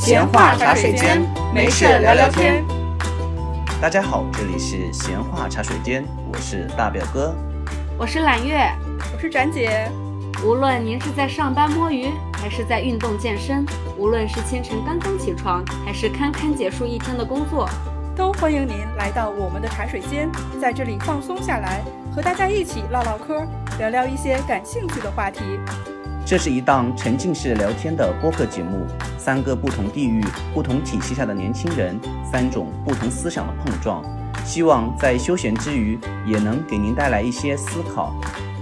闲话茶水间，没事聊聊天。 大家好，这里是闲话茶水间，我是大表哥， 我是揽月， 我是展姐。 无论您是在上班摸鱼，还是在运动健身，无论是清晨刚刚起床，还是堪堪结束一天的工作， 都欢迎您来到我们的茶水间，在这里放松下来，和大家一起唠唠嗑，聊聊一些感兴趣的话题。 这是一档沉浸式聊天的播客节目，三个不同地域、不同体系下的年轻人，三种不同思想的碰撞，希望在休闲之余，也能给您带来一些思考。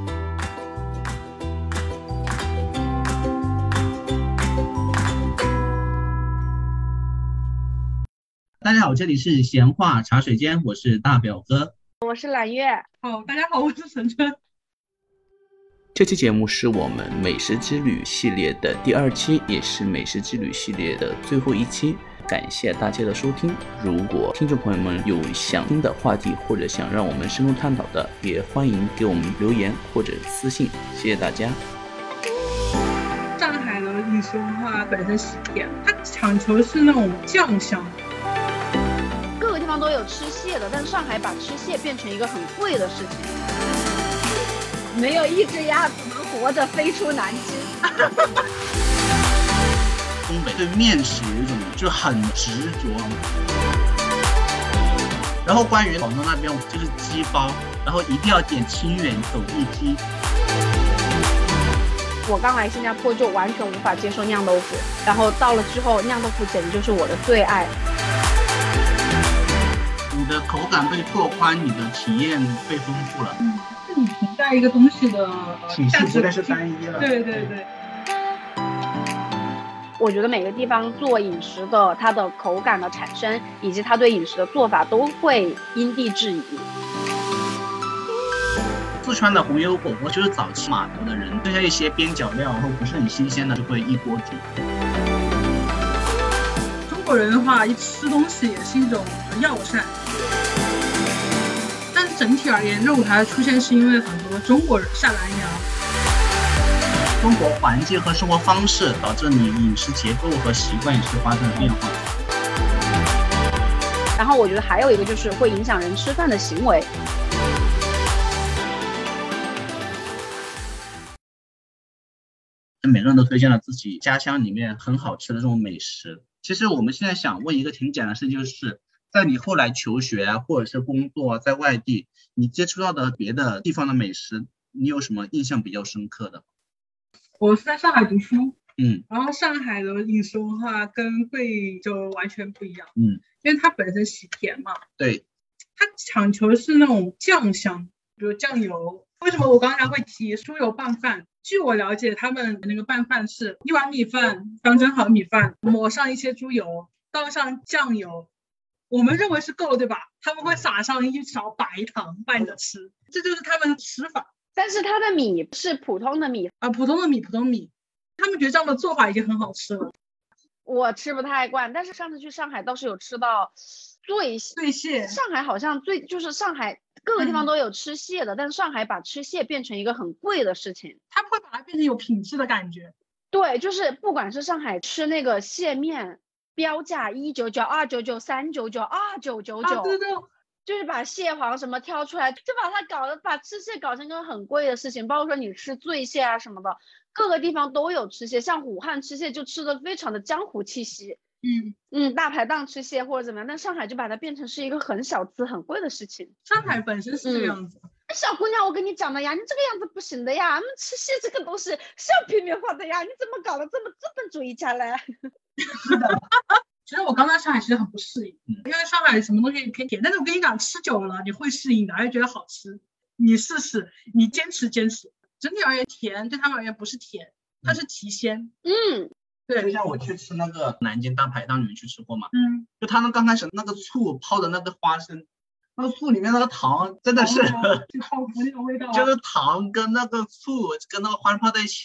大家好，这里是闲话茶水间，我是大表哥， 我是揽月。 大家好，我是陈春。 这期节目是我们美食之旅系列的第2期，也是美食之旅系列的最后一期。感谢大家的收听，如果听众朋友们有想听的话题或者想让我们深入探讨的，也欢迎给我们留言或者私信，谢谢大家。 上海的饮食文化本身是甜，它讲求是那种酱香。 各个地方都有吃蟹的，但上海把吃蟹变成一个很贵的事情。没有一只鸭子能活着飞出南京。 东北对面食有一种就很执着。然后关于广东那边就是鸡包，然后一定要点清远走地鸡。 我刚来新加坡就完全无法接受酿豆腐，然后到了之后酿豆腐简直就是我的最爱。 你的口感被拓宽，你的体验被丰富了。 你评价一个东西的体系不再是单一了。 对对对。 我觉得每个地方做饮食的它的口感的产生，以及它对饮食的做法都会因地制宜。 四川的红油火锅就是早期码头的人剩下一些边角料，然后不是很新鲜的就会一锅煮。 中国人的话，一吃东西也是一种药膳。但整体而言，肉它出现是因为很多中国人下南洋。 中国环境和生活方式导致你饮食结构和习惯也是发生了变化。 然后我觉得还有一个就是会影响人吃饭的行为。 每个人都推荐了自己家乡里面很好吃的这种美食。其实我们现在想问一个挺简单的事，就是在你后来求学啊，或者是工作在外地，你接触到的别的地方的美食，你有什么印象比较深刻的？ 我是在上海读书，然后上海的饮食文化跟贵州完全不一样，因为它本身是甜嘛， 对， 它讲求是那种酱香，比如酱油。为什么我刚才会提猪油拌饭？据我了解，他们那个拌饭是一碗米饭，刚蒸好米饭，抹上一些猪油，倒上酱油，我们认为是够了，对吧？他们会撒上一勺白糖拌着吃，这就是他们的吃法。 但是它的米是普通的米啊，普通的米，他们觉得这样的做法已经很好吃了。 我吃不太惯，但是上次去上海倒是有吃到醉蟹。上海好像就是上海各个地方都有吃蟹的，但是上海把吃蟹变成一个很贵的事情。 他会把它变成有品质的感觉。 对，就是不管是上海吃那个蟹面，标价199、299、399、2999， 对对。 就是把蟹黄什么挑出来，就把吃蟹搞成一个很贵的事情。包括说你吃醉蟹啊什么的，各个地方都有吃蟹，像武汉吃蟹就吃的非常的江湖气息，大排档吃蟹或者怎么样，但上海就把它变成是一个很小资很贵的事情。 上海本身是这个样子。 小姑娘，我跟你讲的呀，你这个样子不行的呀，吃蟹这个东西是要平民化的呀，你怎么搞得这么资本主义家嘞？ 是的。其实我刚到上海其实很不适应，因为上海什么东西偏甜，但是我跟你讲，吃久了你会适应的，而且觉得好吃。你试试，你坚持。整体而言，甜对他们而言不是甜，它是提鲜。对。 就像我去吃那个南京大排档，你们去吃过吗？就他们刚开始那个醋泡的那个花生，那个醋里面那个糖真的是， 就泡芙那种味道。 就是糖跟那个醋跟那个花生泡在一起，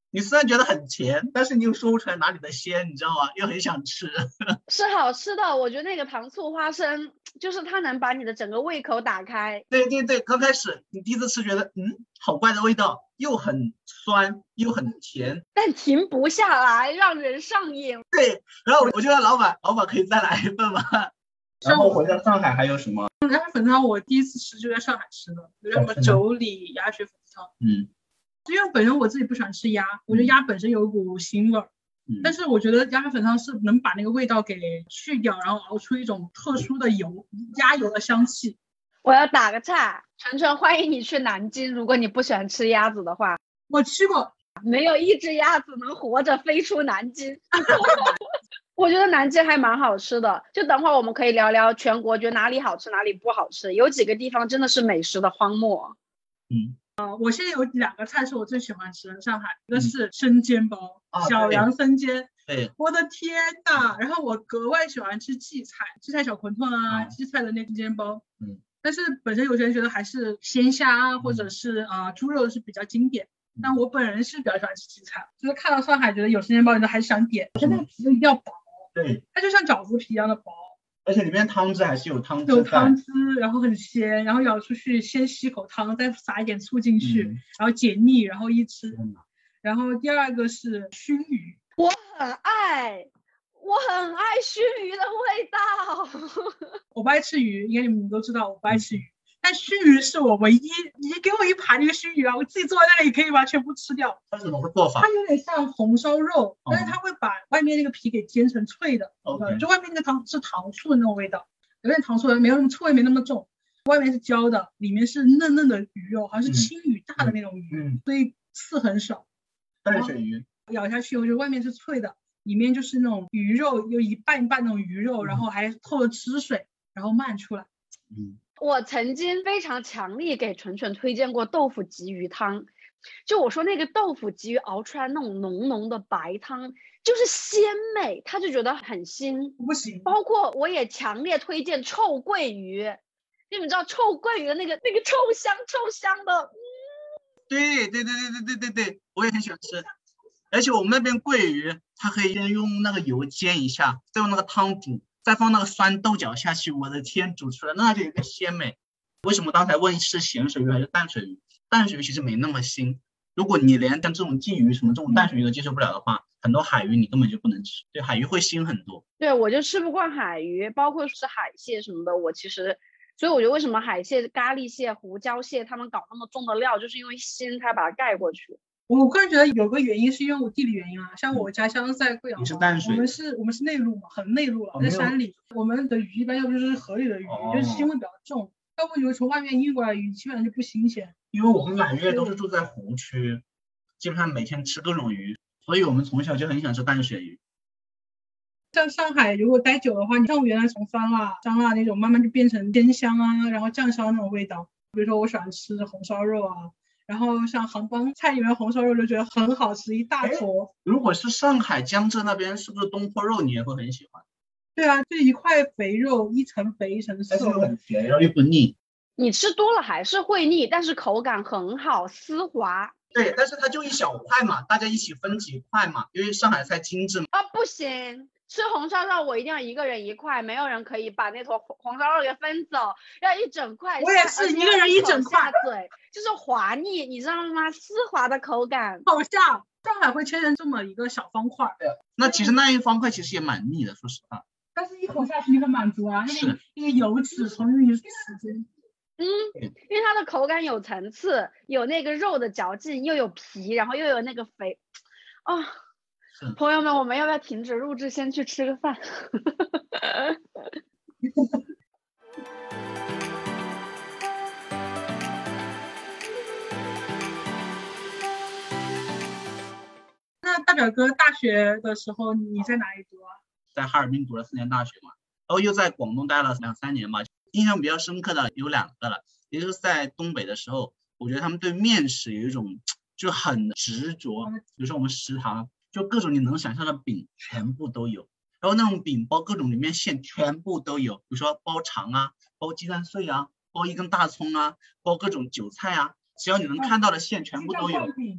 你虽然觉得很甜，但是你又说不出来哪里的鲜，你知道吗？又很想吃。 是好吃的。我觉得那个糖醋花生，就是它能把你的整个胃口打开。 对对对，刚开始你第一次吃觉得好怪的味道，又很酸又很甜， 但停不下来，让人上瘾。 对，然后我就让老板可以再来一份吗？然后回到上海还有什么？ 鸭血粉汤我第一次吃就在上海吃的，有什么妯娌鸭血粉汤。因为本身我自己不喜欢吃鸭，我觉得鸭本身有股腥味儿，但是我觉得鸭血粉汤是能把那个味道给去掉，然后熬出一种特殊的鸭油的香气。 我要打个岔，纯纯欢迎你去南京，如果你不喜欢吃鸭子的话。 我去过， 没有一只鸭子能活着飞出南京。我觉得南京还蛮好吃的，就等会儿我们可以聊聊全国觉得哪里好吃哪里不好吃，有几个地方真的是美食的荒漠。 我现在有2个菜是我最喜欢吃的，上海一个是生煎包，小杨生煎， 对， 我的天呐！然后我格外喜欢吃荠菜小馄饨啊，荠菜的那个煎包，但是本身有些人觉得还是鲜虾啊，或者是猪肉是比较经典，但我本人是比较喜欢吃荠菜，就是看到上海觉得有生煎包，你都还是想点，而且那个皮一定要薄， 对， 它就像饺子皮一样的薄。 而且里面汤汁还是有汤汁， 然后很鲜，然后舀出去先吸口汤，再撒一点醋进去，然后解腻，然后一吃。然后第2个是熏鱼， 我很爱熏鱼的味道。 我不爱吃鱼，应该你们都知道我不爱吃鱼，但熏鱼是我唯一，你给我一盘那个熏鱼啊，我自己坐在那里可以把它全部吃掉。 它怎么个做法？ 它有点像红烧肉，但是它会把外面那个皮给煎成脆的，就外面那个糖是糖醋的那种味道，有点糖醋的，没有那么醋味，没那么重，外面是焦的，里面是嫩嫩的鱼肉，好像是青鱼大的那种鱼，所以刺很少。 淡水鱼咬下去，我觉得外面是脆的，里面就是那种鱼肉，有一半一半那种鱼肉，然后还透了汁水，然后漫出来。 我曾经非常强力给纯纯推荐过豆腐鲫鱼汤，就我说那个豆腐鲫鱼熬出来那种浓浓的白汤就是鲜美，他就觉得很腥， 不行。 包括我也强烈推荐臭鳜鱼，你们知道臭鳜鱼的那个臭香的。 对，我也很喜欢吃。而且我们那边鳜鱼它可以先用那个油煎一下，再用那个汤煮，再放那个酸豆角下去，我的天，煮出来那就有一个鲜美。为什么刚才问是咸水鱼还是淡水鱼？淡水鱼其实没那么腥，如果你连像这种鲫鱼什么这种淡水鱼都接受不了的话，很多海鱼你根本就不能吃，对，海鱼会腥很多。 对，我就吃不惯海鱼，包括是海蟹什么的，我其实所以我觉得为什么海蟹、咖喱蟹、胡椒蟹他们搞那么重的料，就是因为腥它把它盖过去。 我个人觉得有个原因是因为我地理原因啊，像我家乡在贵阳， 你是淡水， 我们是内陆嘛，很内陆了，在山里，我们的鱼一般要不就是河里的鱼，就是腥味比较重，要不就是从外面运过来鱼，基本上就不新鲜。 因为我们满月都是住在湖区，基本上每天吃各种鱼，所以我们从小就很喜欢吃淡水鱼。 像上海如果待久的话，你像我原来从酸辣那种慢慢就变成鲜香啊，然后酱烧那种味道。比如说我喜欢吃红烧肉啊，然后像杭帮菜里面红烧肉就觉得很好吃，一大坨。 如果是上海江浙那边，是不是东坡肉你也会很喜欢？ 对啊，就一块肥肉，一层肥一层瘦， 很甜，然后又不腻。 你吃多了还是会腻，但是口感很好，丝滑。 对，但是它就一小块嘛，大家一起分几块嘛，因为上海菜精致嘛。 不行，吃红烧肉我一定要一个人一块，没有人可以把那坨红烧肉给分走，要一整块。 我也是一个人一整块， 嘴就是滑腻，你知道吗？丝滑的口感。 好像上海会切成这么一个小方块。 那其实那一方块其实也蛮腻的，说实话。 但是一口下去你很满足啊，那个油脂从你齿间。 因为它的口感有层次，有那个肉的嚼劲，又有皮，然后又有那个肥。朋友们，我们要不要停止录制，先去吃个饭？ 那大表哥大学的时候你在哪里读啊？ 在哈尔滨读了4年大学嘛，然后又在广东待了2-3年嘛。印象比较深刻的有2个了，一个是在东北的时候，我觉得他们对面食有一种就很执着，比如说我们食堂就各种你能想象的饼全部都有，然后那种饼包各种里面馅全部都有，比如说包肠啊，包鸡蛋碎啊，包一根大葱啊，包各种韭菜啊，只要你能看到的馅全部都有。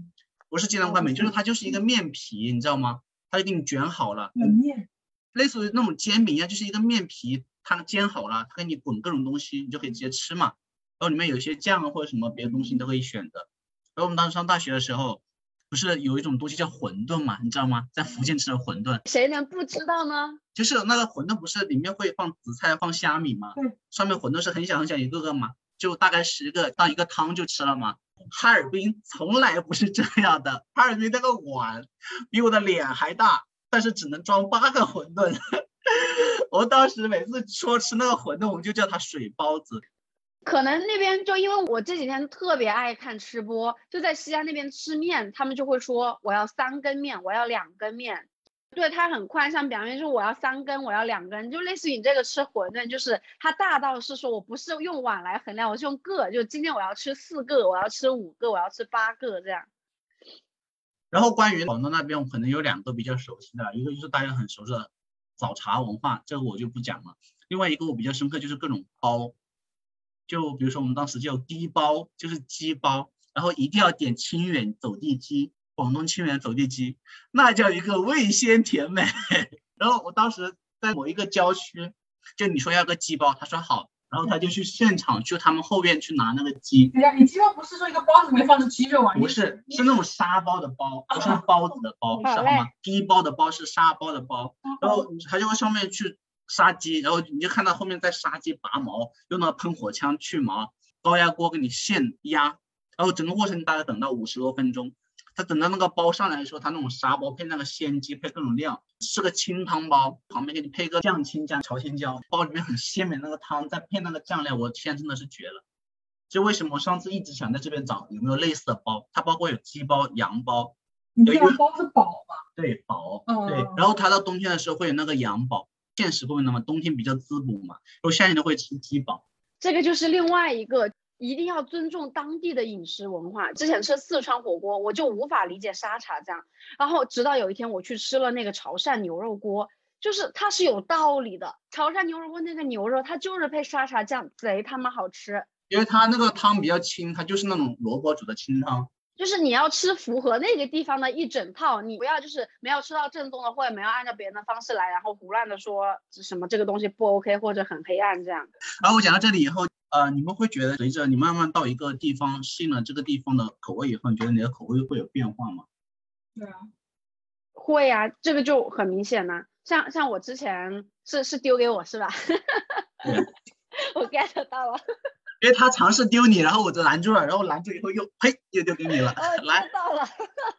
不是鸡蛋灌饼，就是它就是一个面皮，你知道吗？它就给你卷好了， 冷面， 类似于那种煎饼一样，就是一个面皮，它煎好了，它给你滚各种东西，你就可以直接吃嘛。然后里面有一些酱啊或者什么别的东西你都可以选的。然后我们当时上大学的时候，不是有一种东西叫馄饨嘛，你知道吗？在福建吃的馄饨， 谁能不知道呢？ 就是那个馄饨不是里面会放紫菜放虾米吗？ 对， 上面馄饨是很小很小一个个嘛，就大概10个当一个汤就吃了嘛。哈尔滨从来不是这样的，哈尔滨那个碗比我的脸还大，但是只能装8个馄饨。我当时每次说吃那个馄饨，我们就叫它水包子。 可能那边就因为我这几天特别爱看吃播，就在西安那边吃面，他们就会说我要3根面，我要2根面。对，它很宽，像表面就是我要3根，我要2根，就类似于你这个吃馄饨，就是它大到是说我不是用碗来衡量，我是用个，就今天我要吃4个，我要吃5个，我要吃8个这样。 然后关于广东那边，我可能有2个比较熟悉的，一个就是大家很熟悉的早茶文化，这个我就不讲了。另外一个我比较深刻就是各种包，就比如说我们当时就有低包，就是鸡包，然后一定要点清远走地鸡，广东清远走地鸡，那叫一个味鲜甜美。然后我当时在某一个郊区，就你说要个鸡包，他说好，然后他就去现场去他们后院去拿那个鸡。 对呀，你鸡包不是说一个包子里面放着鸡肉啊？ 不是，是那种沙包的包，不是包子的包，知道吗？低包的包是沙包的包，然后他就会上面去杀鸡，然后你就看到后面在杀鸡拔毛，用那个喷火枪去毛，高压锅给你现压，然后整个过程大概等到50多分钟。他等到那个包上来的时候，他那种沙包配那个鲜鸡配各种料，是个清汤包，旁边给你配个酱青酱朝天椒，包里面很鲜美那个汤，再配那个酱料，我天真的是绝了。就为什么我上次一直想在这边找有没有类似的包，它包括有鸡包、羊包。 你这个包是堡吧？ 对，堡，对。然后它到冬天的时候会有那个羊堡，现实供应的嘛，冬天比较滋补嘛，然后夏天的会吃鸡堡。 这个就是另外一个。一定要尊重当地的饮食文化。之前吃四川火锅，我就无法理解沙茶酱，然后直到有一天我去吃了那个潮汕牛肉锅，就是它是有道理的。潮汕牛肉锅那个牛肉，它就是配沙茶酱，贼他妈好吃。 因为它那个汤比较清，它就是那种萝卜煮的清汤。 就是你要吃符合那个地方的一整套，你不要就是没有吃到正宗的，或者没有按照别人的方式来，然后胡乱的说什么这个东西不 OK 或者很黑暗这样。 然后我讲到这里以后，你们会觉得随着你慢慢到一个地方，适应了这个地方的口味以后，你觉得你的口味会有变化吗？ 对啊， 会啊，这个就很明显呐。像我之前是丢给我是吧？我 get 到了。 因为他尝试丢你，然后我就拦住了，然后拦住以后又丢给你了。 来到了。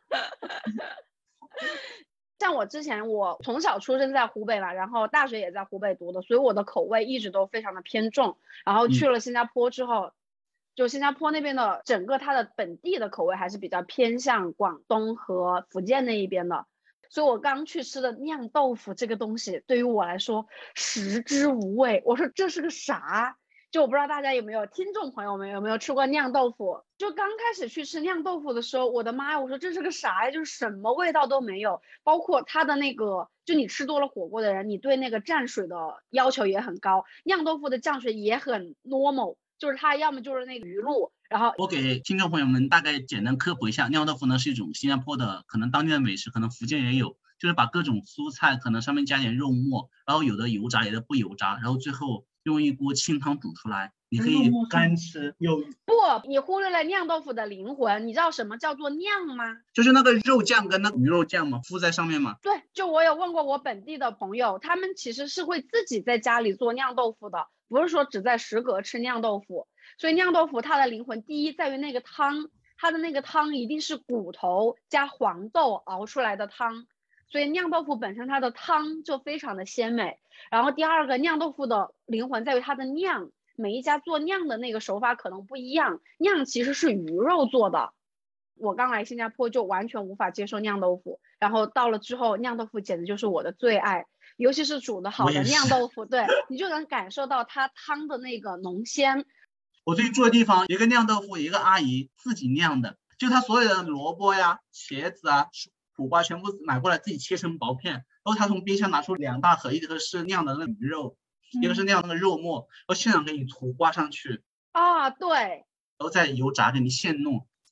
像我之前，我从小出生在湖北嘛，然后大学也在湖北读的，所以我的口味一直都非常的偏重。然后去了新加坡之后，就新加坡那边的整个它的本地的口味还是比较偏向广东和福建那一边的。所以我刚去吃的酿豆腐这个东西，对于我来说食之无味。我说这是个啥？就我不知道大家有没有听众朋友们有没有吃过酿豆腐。就刚开始去吃酿豆腐的时候，我的妈呀，我说这是个啥呀，就是什么味道都没有。包括它的那个，就你吃多了火锅的人，你对那个蘸水的要求也很高。酿豆腐的酱水也很 normal， 就是它要么就是那个鱼露。然后我给听众朋友们大概简单科普一下，酿豆腐呢是一种新加坡的可能当地的美食，可能福建也有，就是把各种蔬菜可能上面加点肉末，然后有的油炸有的不油炸，然后最后用一锅清汤煮出来，你可以干吃又不，你忽略了酿豆腐的灵魂。你知道什么叫做酿吗？ 就是那个肉酱跟那个鱼肉酱嘛，敷在上面嘛。 对，就我有问过我本地的朋友，他们其实是会自己在家里做酿豆腐的，不是说只在食阁吃酿豆腐。所以酿豆腐它的灵魂第一在于那个汤，它的那个汤一定是骨头加黄豆熬出来的汤，所以酿豆腐本身它的汤就非常的鲜美。然后第二个，酿豆腐的灵魂在于它的酿，每一家做酿的那个手法可能不一样，酿其实是鱼肉做的。我刚来新加坡就完全无法接受酿豆腐，然后到了之后酿豆腐简直就是我的最爱，尤其是煮的好的酿豆腐，对，你就能感受到它汤的那个浓鲜。 我最近住的地方，一个酿豆腐，一个阿姨自己酿的，就她所有的萝卜呀、茄子啊、苦瓜全部买过来自己切成薄片，然后她从冰箱拿出2大盒，一个是酿的那个鱼肉，一个是酿那个肉末，然后现场给你涂刮上去啊，对， 然后再油炸给你现弄。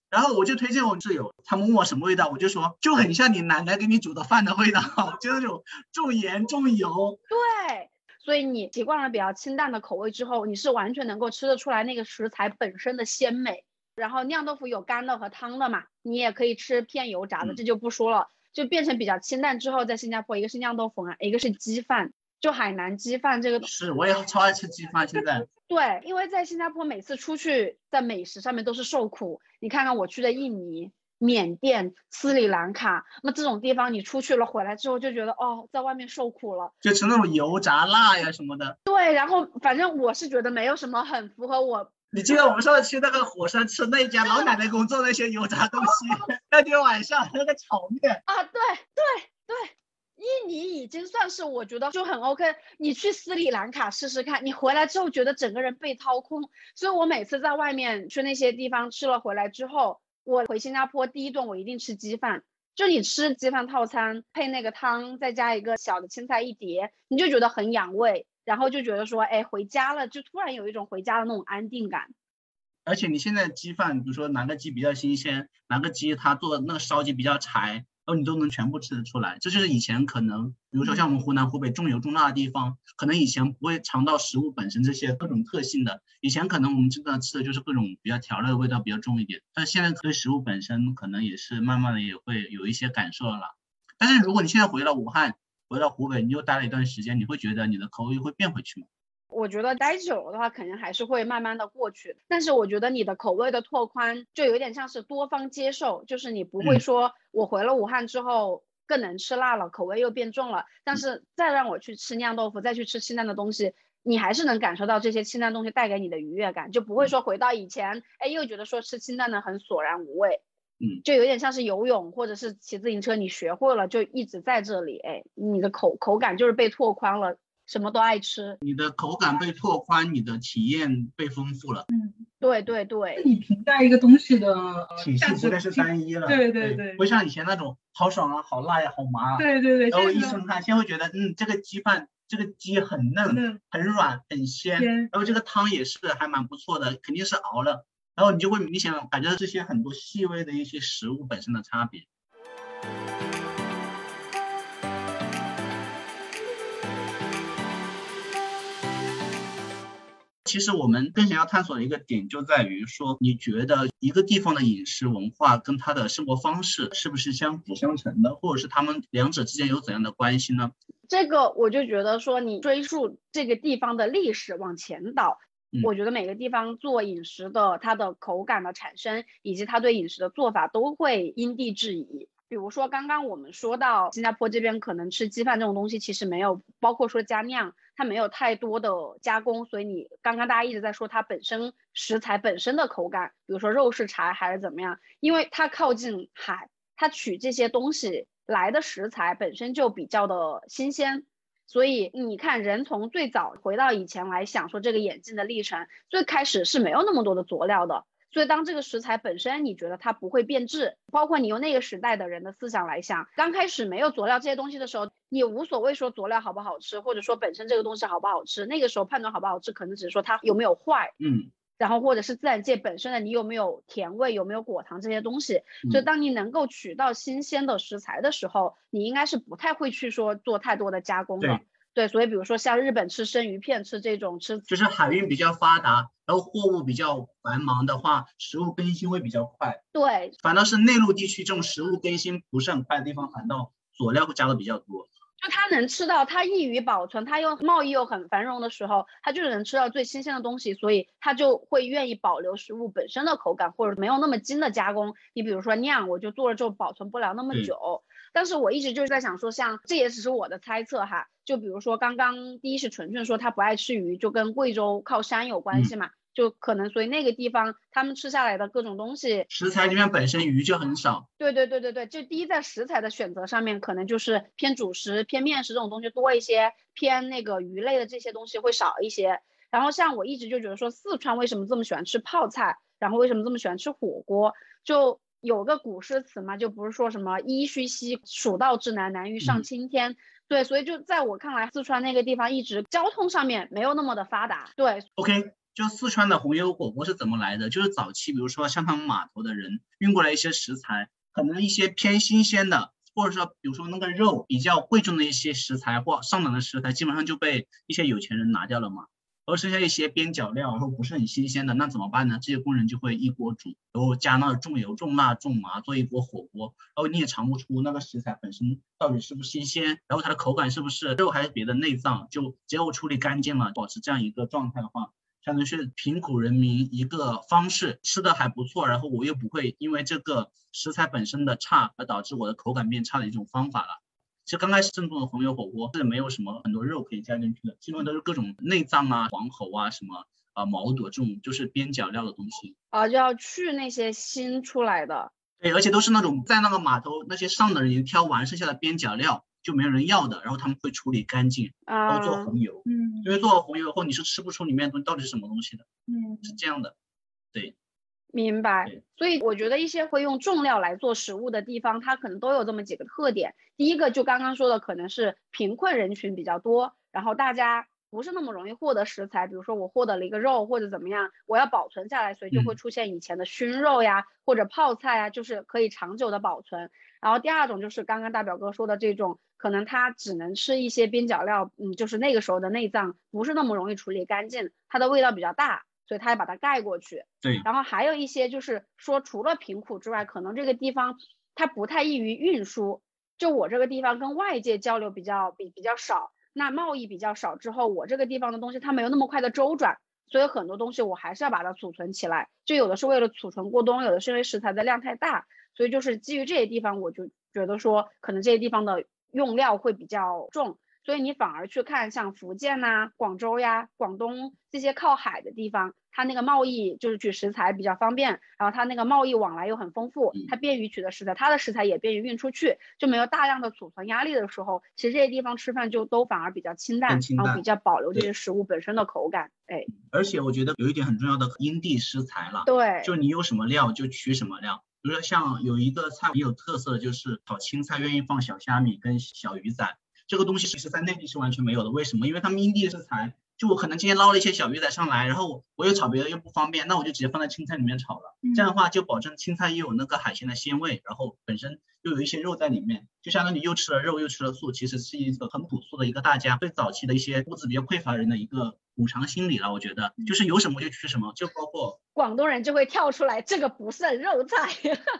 然后我就推荐我室友，他们问我什么味道，我就说就很像你奶奶给你煮的饭的味道，就是那种重盐重油。 对，所以你习惯了比较清淡的口味之后，你是完全能够吃得出来那个食材本身的鲜美。然后酿豆腐有干的和汤的嘛，你也可以吃偏油炸的，这就不说了，就变成比较清淡之后，在新加坡一个是酿豆腐啊，一个是鸡饭，就海南鸡饭这个是，我也超爱吃鸡饭现在。 对，因为在新加坡每次出去在美食上面都是受苦，你看看我去的印尼、缅甸、斯里兰卡，那这种地方你出去了回来之后就觉得在外面受苦了， 就吃那种油炸辣呀什么的。 对，然后反正我是觉得没有什么很符合我。 你记得我们上次去那个火山吃那家老奶奶给我做那些油炸东西，那天晚上那个炒面啊，对，印尼已经算是我觉得就很 OK， 你去斯里兰卡试试看，你回来之后觉得整个人被掏空。所以我每次在外面去那些地方吃了回来之后，我回新加坡第一顿我一定吃鸡饭，就你吃鸡饭套餐配那个汤，再加一个小的青菜一碟，你就觉得很养胃，然后就觉得说回家了，就突然有一种回家的那种安定感。 而且你现在鸡饭，比如说哪个鸡比较新鲜，哪个鸡它做的那个烧鸡比较柴，然后你都能全部吃得出来。这就是以前可能比如说像我们湖南湖北重油重辣的地方，可能以前不会尝到食物本身这些各种特性的，以前可能我们真的吃的就是各种比较调料的味道比较重一点，但是现在对食物本身可能也是慢慢的也会有一些感受了。但是如果你现在回到武汉回到湖北，你又待了一段时间，你会觉得你的口味会变回去吗？ 我觉得待久了的话肯定还是会慢慢的过去，但是我觉得你的口味的拓宽就有点像是多方接受，就是你不会说我回了武汉之后更能吃辣了，口味又变重了，但是再让我去吃酿豆腐，再去吃清淡的东西，你还是能感受到这些清淡东西带给你的愉悦感，就不会说回到以前又觉得说吃清淡的很索然无味。就有点像是游泳或者是骑自行车，你学会了就一直在这里，你的口感就是被拓宽了，什么都爱吃， 你的口感被拓宽，你的体验被丰富了。 对， 你评价一个东西的体系不再是单一了。 对， 不像以前那种好爽啊好辣呀好麻啊。 对， 然后一生看现在会觉得这个鸡饭这个鸡很嫩很软很鲜，然后这个汤也是还蛮不错的，肯定是熬了，然后你就会明显感觉到这些很多细微的一些食物本身的差别。其实我们更想要探索的一个点就在于说，你觉得一个地方的饮食文化跟它的生活方式是不是相辅相成的，或者是他们两者之间有怎样的关系呢？ 这个我就觉得说，你追溯这个地方的历史往前倒，我觉得每个地方做饮食的它的口感的产生以及它对饮食的做法都会因地制宜。比如说刚刚我们说到新加坡这边可能吃鸡饭这种东西其实没有，包括说加酿它没有太多的加工，所以你刚刚大家一直在说它本身食材本身的口感，比如说肉是柴还是怎么样，因为它靠近海，它取这些东西来的食材本身就比较的新鲜，所以你看人从最早回到以前来想说这个演进的历程，最开始是没有那么多的佐料的，所以当这个食材本身你觉得它不会变质，包括你用那个时代的人的思想来想，刚开始没有佐料这些东西的时候，你无所谓说佐料好不好吃，或者说本身这个东西好不好吃，那个时候判断好不好吃可能只是说它有没有坏，然后或者是自然界本身的你有没有甜味，有没有果糖这些东西，所以当你能够取到新鲜的食材的时候，你应该是不太会去说做太多的加工的。对，所以比如说像日本吃生鱼片，吃这种就是海运比较发达，然后货物比较繁忙的话，食物更新会比较快。 对， 反倒是内陆地区这种食物更新不是很快的地方，反倒佐料会加的比较多。 就它能吃到，它易于保存，它又贸易又很繁荣的时候，它就是能吃到最新鲜的东西，所以它就会愿意保留食物本身的口感，或者没有那么精的加工。你比如说酿，我就做了之后保存不了那么久。但是我一直就是在想说，像这也只是我的猜测哈，就比如说刚刚第一是纯纯说他不爱吃鱼，就跟贵州靠山有关系嘛，就可能所以那个地方他们吃下来的各种东西食材里面本身鱼就很少。 对，就第一在食材的选择上面可能就是偏主食偏面食这种东西多一些，偏那个鱼类的这些东西会少一些。然后像我一直就觉得说四川为什么这么喜欢吃泡菜，然后为什么这么喜欢吃火锅，就有个古诗词嘛，就不是说什么噫吁兮蜀道之难，难于上青天。对，所以就在我看来四川那个地方一直交通上面没有那么的发达。对 OK， 就四川的红油火锅是怎么来的？就是早期，比如说像他们码头的人运过来一些食材，可能一些偏新鲜的，或者说比如说那个肉比较贵重的一些食材或上等的食材，基本上就被一些有钱人拿掉了嘛。而剩下一些边角料，然后不是很新鲜的，那怎么办呢？这些工人就会一锅煮，然后加那重油、重辣、重麻，做一锅火锅，然后你也尝不出那个食材本身到底是不是新鲜，然后它的口感是不是肉还是别的内脏，就只有处理干净了，保持这样一个状态的话，相当于是贫苦人民一个方式，吃的还不错，然后我又不会因为这个食材本身的差而导致我的口感变差的一种方法了。其实刚开始正宗的红油火锅是没有什么很多肉可以加进去的，基本上都是各种内脏啊、黄喉啊、什么毛肚这种就是边角料的东西就要去那些腥出来的。 对，而且都是那种在那个码头那些上的人已经挑完剩下的边角料就没有人要的，然后他们会处理干净，然后做红油。因为做了红油后你是吃不出里面的东西到底是什么东西的。是这样的。对， 明白。所以我觉得一些会用重料来做食物的地方，它可能都有这么几个特点。第一个就刚刚说的，可能是贫困人群比较多，然后大家不是那么容易获得食材，比如说我获得了一个肉或者怎么样，我要保存下来，所以就会出现以前的熏肉呀，或者泡菜呀，就是可以长久的保存。然后第二种就是刚刚大表哥说的这种，可能它只能吃一些边角料，就是那个时候的内脏不是那么容易处理干净，它的味道比较大，所以它要把它盖过去。 对。 然后还有一些就是说，除了贫苦之外，可能这个地方它不太易于运输，就我这个地方跟外界交流比较少，那贸易比较少之后，我这个地方的东西它没有那么快的周转，所以很多东西我还是要把它储存起来，就有的是为了储存过冬，有的是因为食材的量太大，所以就是基于这些地方，我就觉得说可能这些地方的用料会比较重，所以你反而去看像福建啊、广州呀、广东这些靠海的地方，它那个贸易就是取食材比较方便，然后它那个贸易往来又很丰富，它便于取得食材，它的食材也便于运出去，就没有大量的储存压力的时候，其实这些地方吃饭就都反而比较清淡，然后比较保留这些食物本身的口感。 而且我觉得有一点很重要的因地施材了。 对， 就你有什么料就取什么料。比如说像有一个菜很有特色的就是炒青菜愿意放小虾米跟小鱼仔，这个东西其实在内地是完全没有的。为什么？因为他们因地施材，就我可能今天捞了一些小鱼仔上来，然后我又炒别的又不方便，那我就直接放在青菜里面炒了。这样的话就保证青菜又有那个海鲜的鲜味，然后本身又有一些肉在里面，就相当于又吃了肉又吃了素，其实是一个很朴素的一个大家最早期的一些物质比较匮乏人的一个补偿心理了。我觉得就是有什么就取什么，就包括广东人就会跳出来，这个不算肉菜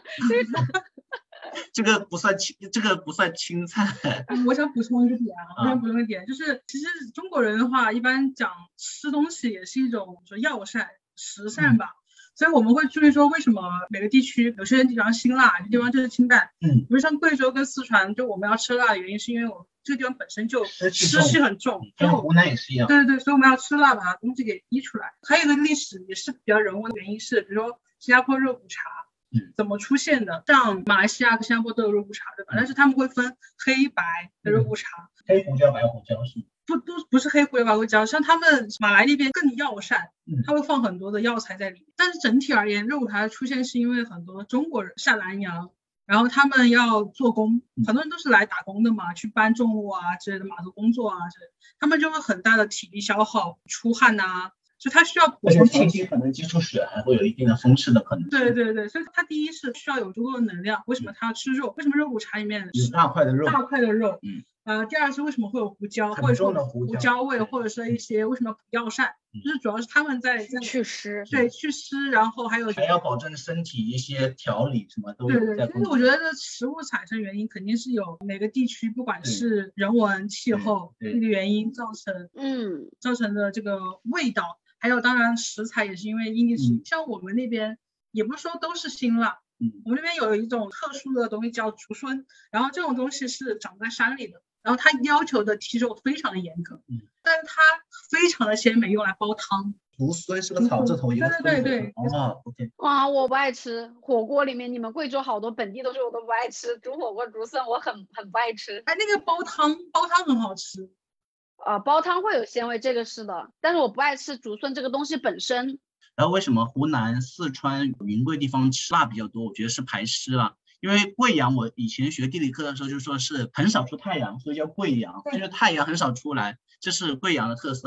这个不算青菜。 我想补充一个点，就是其实中国人的话，一般讲吃东西也是一种说药膳、食膳吧。所以我们会注意说，为什么每个地区有些地方辛辣，有些地方就是清淡。比如像贵州跟四川，就我们要吃辣的原因是因为我这个地方本身就湿气很重， 跟湖南也是一样。 对，所以我们要吃辣，把它东西给逼出来。还有一个历史也是比较人文的原因是，比如说新加坡肉骨茶。怎么出现的？像马来西亚跟新加坡都有肉骨茶，对吧？但是他们会分黑白的肉骨茶， 黑胡椒、白胡椒是不是黑胡椒、白胡椒，像他们马来那边更药膳，他会放很多的药材在里面。但是整体而言，肉骨茶的出现是因为很多中国人下南洋，然后他们要做工，很多人都是来打工的嘛，去搬重物啊之类的码头工作啊之类的，他们就会很大的体力消耗，出汗啊。所以它需要补充长期可能接触血还会有一定的风湿的可能。 对，所以它第一是需要有足够的能量。为什么它要吃肉？为什么肉骨茶里面有大块的肉？ 第二是为什么会有胡椒，或者说胡椒味，或者是一些为什么补药膳，就是主要是他们在祛湿， 对，祛湿，然后还要保证身体一些调理什么都有。 对，其实我觉得食物产生原因肯定是有每个地区不管是人文、气候地理原因造成的这个味道。还有当然食材也是因为因地制宜，像我们那边也不是说都是辛辣，我们那边有一种特殊的东西叫竹荪，然后这种东西是长在山里的，然后它要求的提肉非常的严格，但是它非常的鲜美，用来煲汤。 竹荪是个草字头一个对。 OK。 哇，我不爱吃火锅里面，你们贵州好多本地都是我都不爱吃，煮火锅竹荪我很不爱吃。 那个煲汤很好吃。 煲汤会有鲜味，这个是的，但是我不爱吃竹荪这个东西本身。 然后为什么湖南、四川、云贵地方吃辣比较多？我觉得是排湿了。因为贵阳，我以前学地理课的时候就说是很少出太阳，所以叫贵阳，就是太阳很少出来，这是贵阳的特色。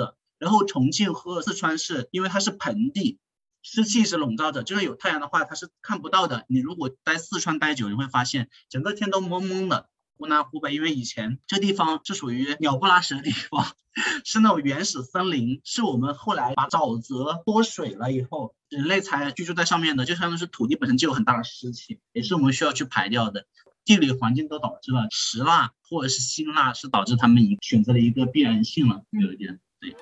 然后重庆和四川是因为它是盆地，湿气是笼罩着，就是有太阳的话它是看不到的。你如果在四川待久，你会发现整个天都蒙蒙的。湖南湖北因为以前这地方是属于鸟不拉屎的地方，是那种原始森林，是我们后来把沼泽脱水了以后人类才居住在上面的，就相当于是土地本身就有很大的湿气，也是我们需要去排掉的。地理环境都导致了石蜡或者是辛蜡是导致他们选择了一个必然性了，有一点对。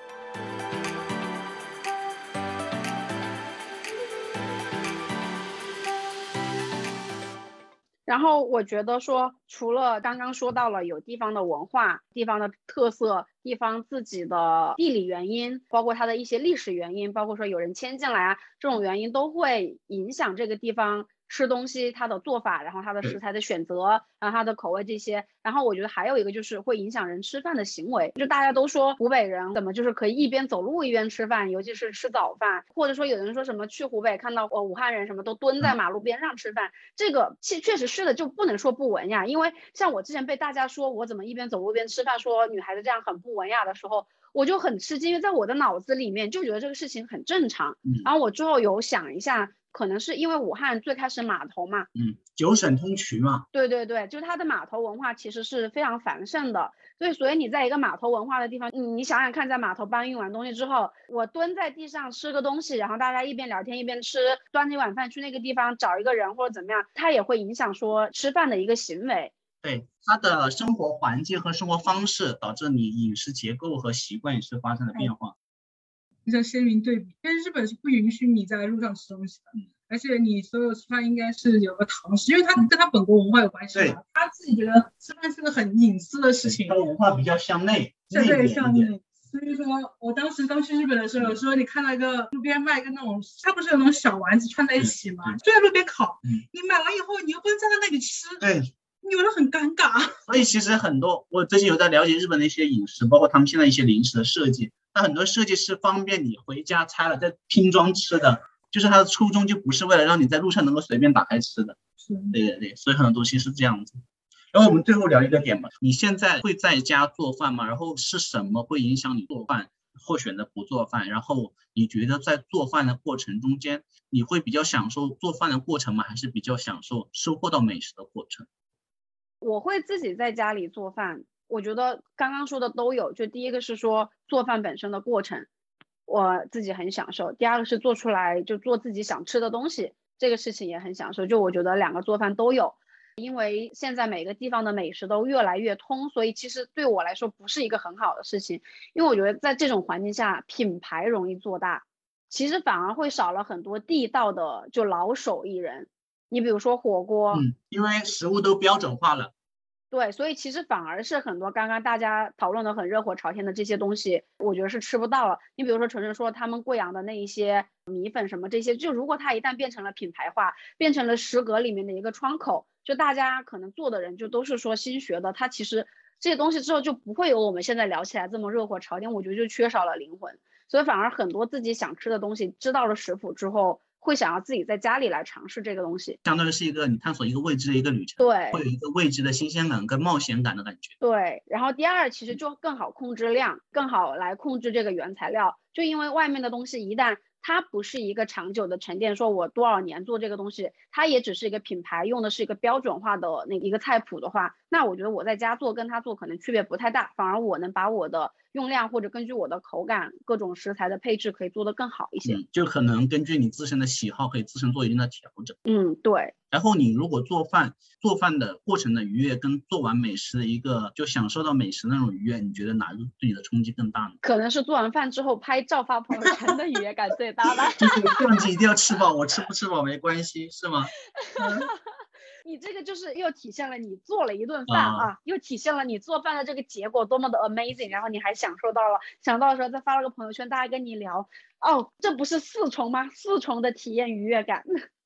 然后我觉得说，除了刚刚说到了有地方的文化、地方的特色、地方自己的地理原因，包括它的一些历史原因，包括说有人迁进来啊，这种原因都会影响这个地方吃东西它的做法，然后它的食材的选择，然后它的口味这些。然后我觉得还有一个就是会影响人吃饭的行为，就大家都说湖北人怎么就是可以一边走路一边吃饭，尤其是吃早饭，或者说有人说什么去湖北看到武汉人什么都蹲在马路边上吃饭，这个确实是的，就不能说不文雅。因为像我之前被大家说我怎么一边走路一边吃饭，说女孩子这样很不文雅的时候，我就很吃惊，因为在我的脑子里面就觉得这个事情很正常。然后我之后有想一下，可能是因为武汉最开始码头嘛九省通衢嘛， 对对对，就是它的码头文化其实是非常繁盛的，所以你在一个码头文化的地方，你想想看，在码头搬运完东西之后，我蹲在地上吃个东西，然后大家一边聊天一边吃，端着一碗饭去那个地方找一个人或者怎么样，它也会影响说吃饭的一个行为。 对，他的生活环境和生活方式导致你饮食结构和习惯也是发生了变化。 比较鲜明对比，因为日本是不允许你在路上吃东西的，而且你所有吃饭应该是有个堂食，因为它跟它本国文化有关系嘛。他自己觉得吃饭是个很隐私的事情， 它的文化比较向内， 对，向内。所以说我当时刚去日本的时候，有时候你看到一个路边卖一个那种，它不是有那种小丸子串在一起吗？就在路边烤，你买完以后你又不能站在那里吃， 对， 你有的很尴尬。 所以其实很多我最近有在了解日本的一些饮食，包括他们现在一些零食的设计，它很多设计是方便你回家拆了再拼装吃的，就是它的初衷就不是为了让你在路上能够随便打开吃的。对对对，所以很多东西是这样子。然后我们最后聊一个点吧，你现在会在家做饭吗？然后是什么会影响你做饭或选择不做饭？然后你觉得在做饭的过程中间，你会比较享受做饭的过程吗？还是比较享受收获到美食的过程？ 我会自己在家里做饭，我觉得刚刚说的都有。就第一个是说做饭本身的过程，我自己很享受；第二个是做出来就做自己想吃的东西，这个事情也很享受。就我觉得两个做饭都有。因为现在每个地方的美食都越来越通，所以其实对我来说不是一个很好的事情。因为我觉得在这种环境下，品牌容易做大，其实反而会少了很多地道的就老手艺人。你比如说火锅， 因为食物都标准化了。 对，所以其实反而是很多刚刚大家讨论的很热火朝天的这些东西，我觉得是吃不到了。你比如说纯纯说他们贵阳的那一些米粉什么这些，就如果它一旦变成了品牌化，变成了食阁里面的一个窗口，就大家可能做的人就都是说新学的，它其实这些东西之后就不会有我们现在聊起来这么热火朝天，我觉得就缺少了灵魂。所以反而很多自己想吃的东西，知道了食谱之后，会想要自己在家里来尝试这个东西， 相当于是一个你探索一个未知的一个旅程， 对， 会有一个未知的新鲜感跟冒险感的感觉。 对，然后第二其实就更好控制量，更好来控制这个原材料，就因为外面的东西一旦它不是一个长久的沉淀，说我多少年做这个东西，它也只是一个品牌，用的是一个标准化的那一个菜谱的话，那我觉得我在家做跟他做可能区别不太大，反而我能把我的用量或者根据我的口感各种食材的配置可以做得更好一些。 就可能根据你自身的喜好可以自身做一定的调整。 对。 然后你如果做饭的过程的愉悦跟做完美食的一个就享受到美食那种愉悦，你觉得哪个对你的冲击更大呢？ 可能是做完饭之后拍照发朋友圈的愉悦感最大吧。 就是这样子一定要吃饱，我吃不吃饱没关系，是吗？ 你这个就是又体现了你做了一顿饭又体现了你做饭的这个结果多么的 amazing， 然后你还享受到了，想到的时候再发了个朋友圈，大家跟你聊，这不是四重吗？四重的体验愉悦感。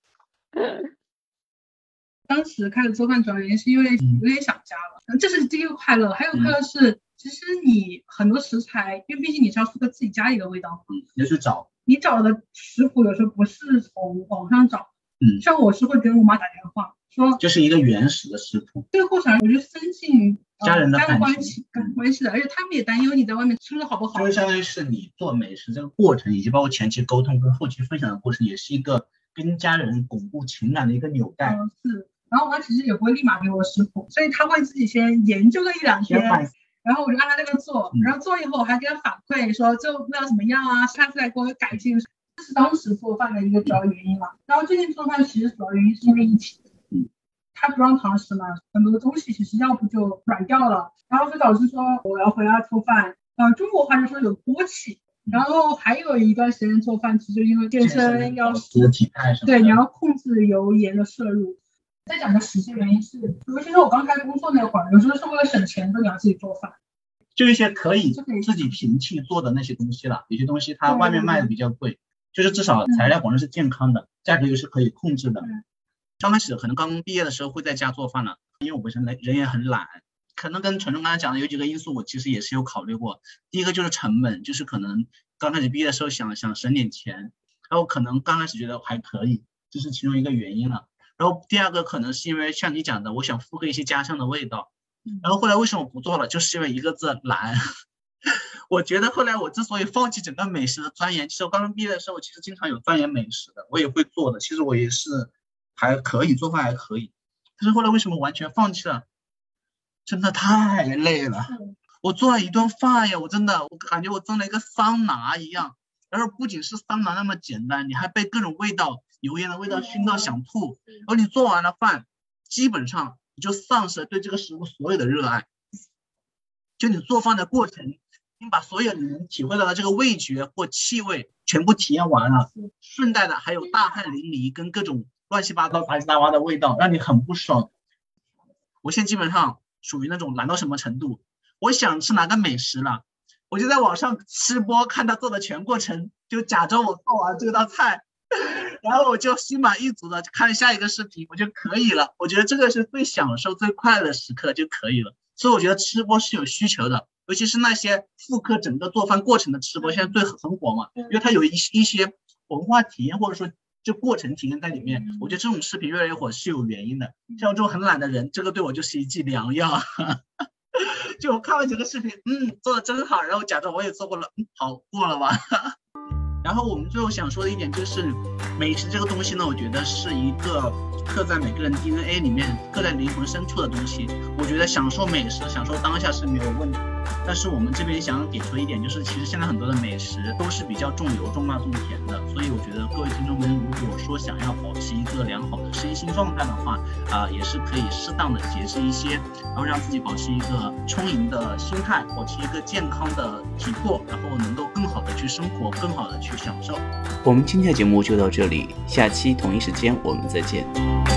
当时开始做饭主要原因是因为有点想家了，这是第一个快乐。还有快乐是其实你很多食材，因为毕竟你是要符合自己家里的味道， 你要去找， 你找的食谱有时候不是从网上找，像我是会给我妈打电话说， 就是一个原始的食谱。 这个过程我觉得深信家人的感关情， 系的，而且他们也担忧你在外面吃的好不好。 就相当于是你做美食这个过程，以及包括前期沟通跟后期分享的过程，也是一个跟家人巩固情感的一个纽带。 是。然后我妈其实也不会立马给我食谱，所以她会自己先研究个1-2天，然后我就按她那个做，然后做以后我还给她反馈说这味道怎么样啊，下次再给我改进。这是当时做饭的一个主要原因了。然后最近做饭其实主要原因是因为疫情，他不让堂食嘛，很多东西其实要不就软掉了，然后就导致说我要回家做饭。中国话就说有锅气。然后还有一段时间做饭，其实因为健身要体态什么的， 对，你要控制油盐的摄入。再讲个实际原因是，尤其是我刚开始工作那会儿，有时候是为了省钱，都你要自己做饭。 就一些可以自己平替做的那些东西了，有些东西它外面卖的比较贵，就是至少材料保证是健康的，价格又是可以控制的。刚开始可能刚毕业的时候会在家做饭了，因为我本身人也很懒，可能跟纯纯刚才讲的有几个因素，我其实也是有考虑过。第一个就是成本，就是可能刚开始毕业的时候想省点钱，然后可能刚开始觉得还可以，这是其中一个原因了。然后第二个可能是因为像你讲的，我想复刻一些家乡的味道。然后后来为什么不做了，就是因为一个字懒。我觉得后来我之所以放弃整个美食的钻研，其实我刚刚毕业的时候，我其实经常有钻研美食的，我也会做的，其实我也是还可以做饭，还可以。但是后来为什么完全放弃了？真的太累了。我做了一顿饭呀，我感觉我做了一个桑拿一样。然后不仅是桑拿那么简单，你还被各种味道、油烟的味道熏到想吐。然后你做完了饭，基本上你就丧失了对这个食物所有的热爱。就你做饭的过程，你把所有你能体会到的这个味觉或气味全部体验完了，顺带的还有大汗淋漓跟各种乱七八糟杂七杂八的味道，让你很不爽。我现在基本上属于那种懒到什么程度，我想吃哪个美食了，我就在网上吃播看他做的全过程，就假装我做完这道菜，然后我就心满意足的看下一个视频，我就可以了。我觉得这个是最享受最快乐的时刻就可以了。所以我觉得吃播是有需求的，尤其是那些复刻整个做饭过程的吃播，现在很火嘛，因为它有一些文化体验或者说就过程体验在里面。我觉得这种视频越来越火是有原因的。像我这种很懒的人，这个对我就是一剂良药。就我看完这个视频，做的真好，然后假装我也做过了，好过了吧。然后我们最后想说的一点就是，美食这个东西呢，我觉得是一个刻在每个人 DNA 里面、刻在灵魂深处的东西。我觉得享受美食、享受当下是没有问题。但是我们这边想给出一点，就是其实现在很多的美食都是比较重油、重辣、重甜的，所以我觉得各位听众们，如果说想要保持一个良好的身心状态的话，也是可以适当的节制一些，然后让自己保持一个充盈的心态，保持一个健康的体魄，然后能够更好的去生活，更好的去享受。 我们今天的节目就到这里，下期同一时间我们再见。